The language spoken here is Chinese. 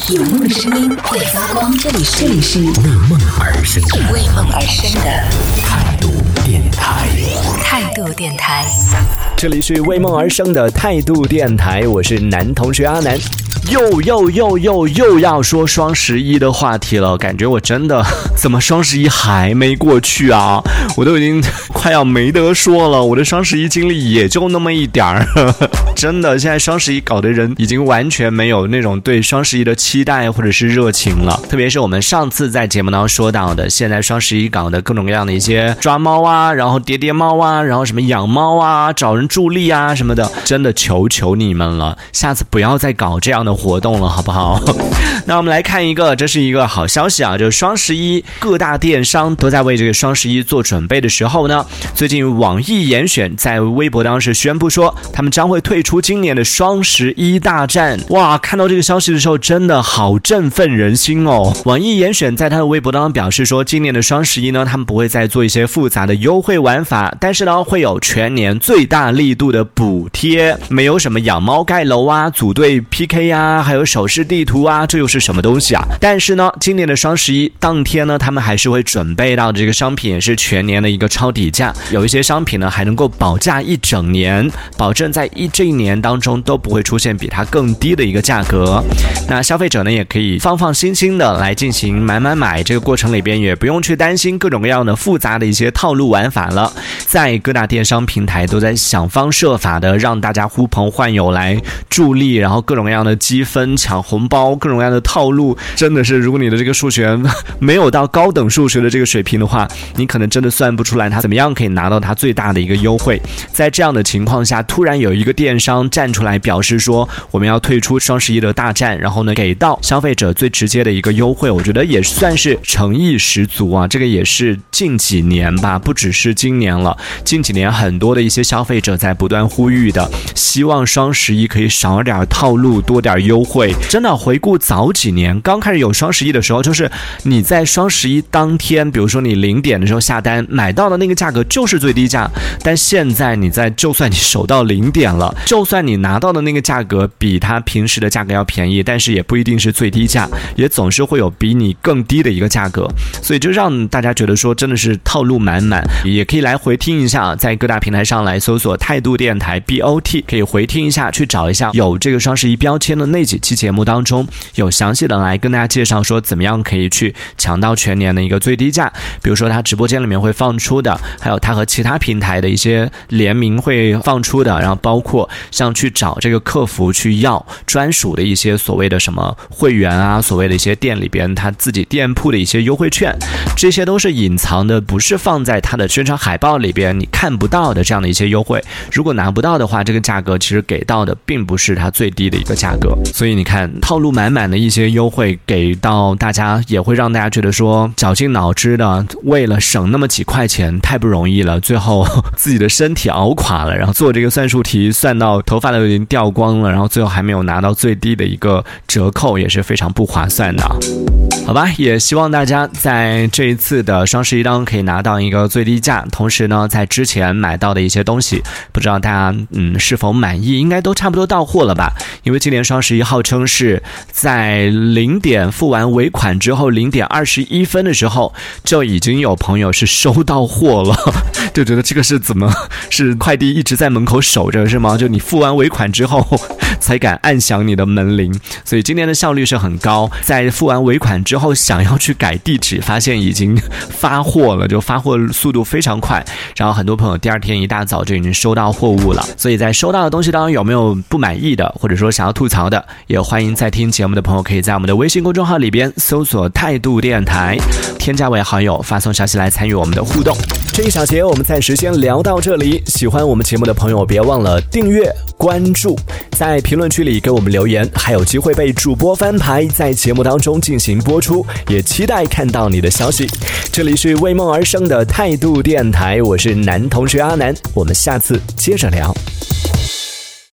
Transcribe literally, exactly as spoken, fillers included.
有梦的声音会发光，这里是这里是为梦而生的为梦而生的态度电台。 态度电台， 这里是为梦而生的态度电台，我是男同学阿南。又又又又又要说双十一的话题了，感觉我真的怎么双十一还没过去啊？我都已经快要没得说了，我的双十一经历也就那么一点儿。真的，现在双十一搞的人已经完全没有那种对双十一的期待或者是热情了。特别是我们上次在节目当中说到的，现在双十一搞的各种各样的一些抓猫啊，然后叠叠猫啊，然后什么养猫啊，找人助力啊什么的，真的求求你们了，下次不要再搞这样的活动了，好不好？那我们来看一个，这是一个好消息啊，就是双十一各大电商都在为这个双十一做准备的时候呢，最近网易严选在微博当时宣布说，他们将会退出今年的双十一大战。哇，看到这个消息的时候真的好振奋人心哦。网易严选在他的微博当中表示说，今年的双十一呢，他们不会再做一些复杂的优惠玩法，但是呢，会有全年最大力度的补贴，没有什么养猫盖楼啊，组队 P K 啊，还有手势地图啊，这又是什么东西啊？但是呢，今年的双十一当天呢，他们还是会准备到这个商品也是全年的一个超底价，有一些商品呢还能够保价一整年，保证在一这一年当中都不会出现比它更低的一个价格。那消费者呢也可以放放心心的来进行买买买，这个过程里边也不用去担心各种各样的复杂的一些套路玩法了。在各大电商平台都在想方设法的让大家呼朋唤友来助力，然后各种各样的积分抢红包，各种各样的套路，真的是如果你的这个数学没有到高等数学的这个水平的话，你可能真的算不出来它怎么样可以拿到它最大的一个优惠。在这样的情况下，突然有一个电商站出来表示说，我们要退出双十一的大战，然后呢给到消费者最直接的一个优惠，我觉得也算是诚意十足啊。这个也是近几年吧，不只是今年了，近几年很多的一些消费者在不断呼吁的，希望双十一可以少点套路，多点优惠。真的回顾早几年刚开始有双十一的时候，就是你在双十一当天，比如说你零点的时候下单买到的那个价格就是最低价，但现在你在就算你守到零点了，就算你拿到的那个价格比它平时的价格要便宜，但是也不一定是最低价，也总是会有比你更低的一个价格，所以就让大家觉得说真的是套路满满。也可以来回听一下，在各大平台上来搜索态度电台 B O T， 可以回听一下，去找一下有这个双十一标签的那几期节目当中有详细的来跟大家介绍说怎么样可以去抢到全年的一个最低价，比如说他直播间里面会放出的，还有他和其他平台的一些联名会放出的，然后包括像去找这个客服去要专属的一些所谓的什么会员啊，所谓的一些店里边他自己店铺的一些优惠券，这些都是隐藏的，不是放在他的宣传海报里边你看不到的这样的一些优惠。如果拿不到的话，这个价格其实给到的并不是它最低的一个价格。所以你看套路满满的一些优惠给到大家，也会让大家觉得说绞尽脑汁的为了省那么几块钱太不容易了，最后自己的身体熬垮了，然后做这个算术题算到头发都已经掉光了，然后最后还没有拿到最低的一个折扣，也是非常不划算的。好吧，也希望大家在这一次的双十一当中可以拿到一个最低价，同时呢在之前买到的一些东西不知道大家嗯是否满意，应该都差不多到货了吧，因为今年双十一号称是在零点付完尾款之后零点二十一分的时候就已经有朋友是收到货了，就觉得这个是怎么是快递一直在门口守着是吗？就你付完尾款之后才敢按响你的门铃，所以今年的效率是很高，在付完尾款之后想要去改地址，发现已经发货了，就发货速度非常快，然后很多朋友第二天一大早就已经收到货物了。所以在收到的东西当中有没有不满意的，或者说想要吐槽的，也欢迎在听节目的朋友可以在我们的微信公众号里边搜索态度电台，添加为好友，发送消息来参与我们的互动。这一小节我们暂时先聊到这里，喜欢我们节目的朋友别忘了订阅关注，在评论区里给我们留言，还有机会被主播翻牌，在节目当中进行播出，也期待看到你的消息。这里是为梦而生的态度电台，我是男同学阿南，我们下次接着聊。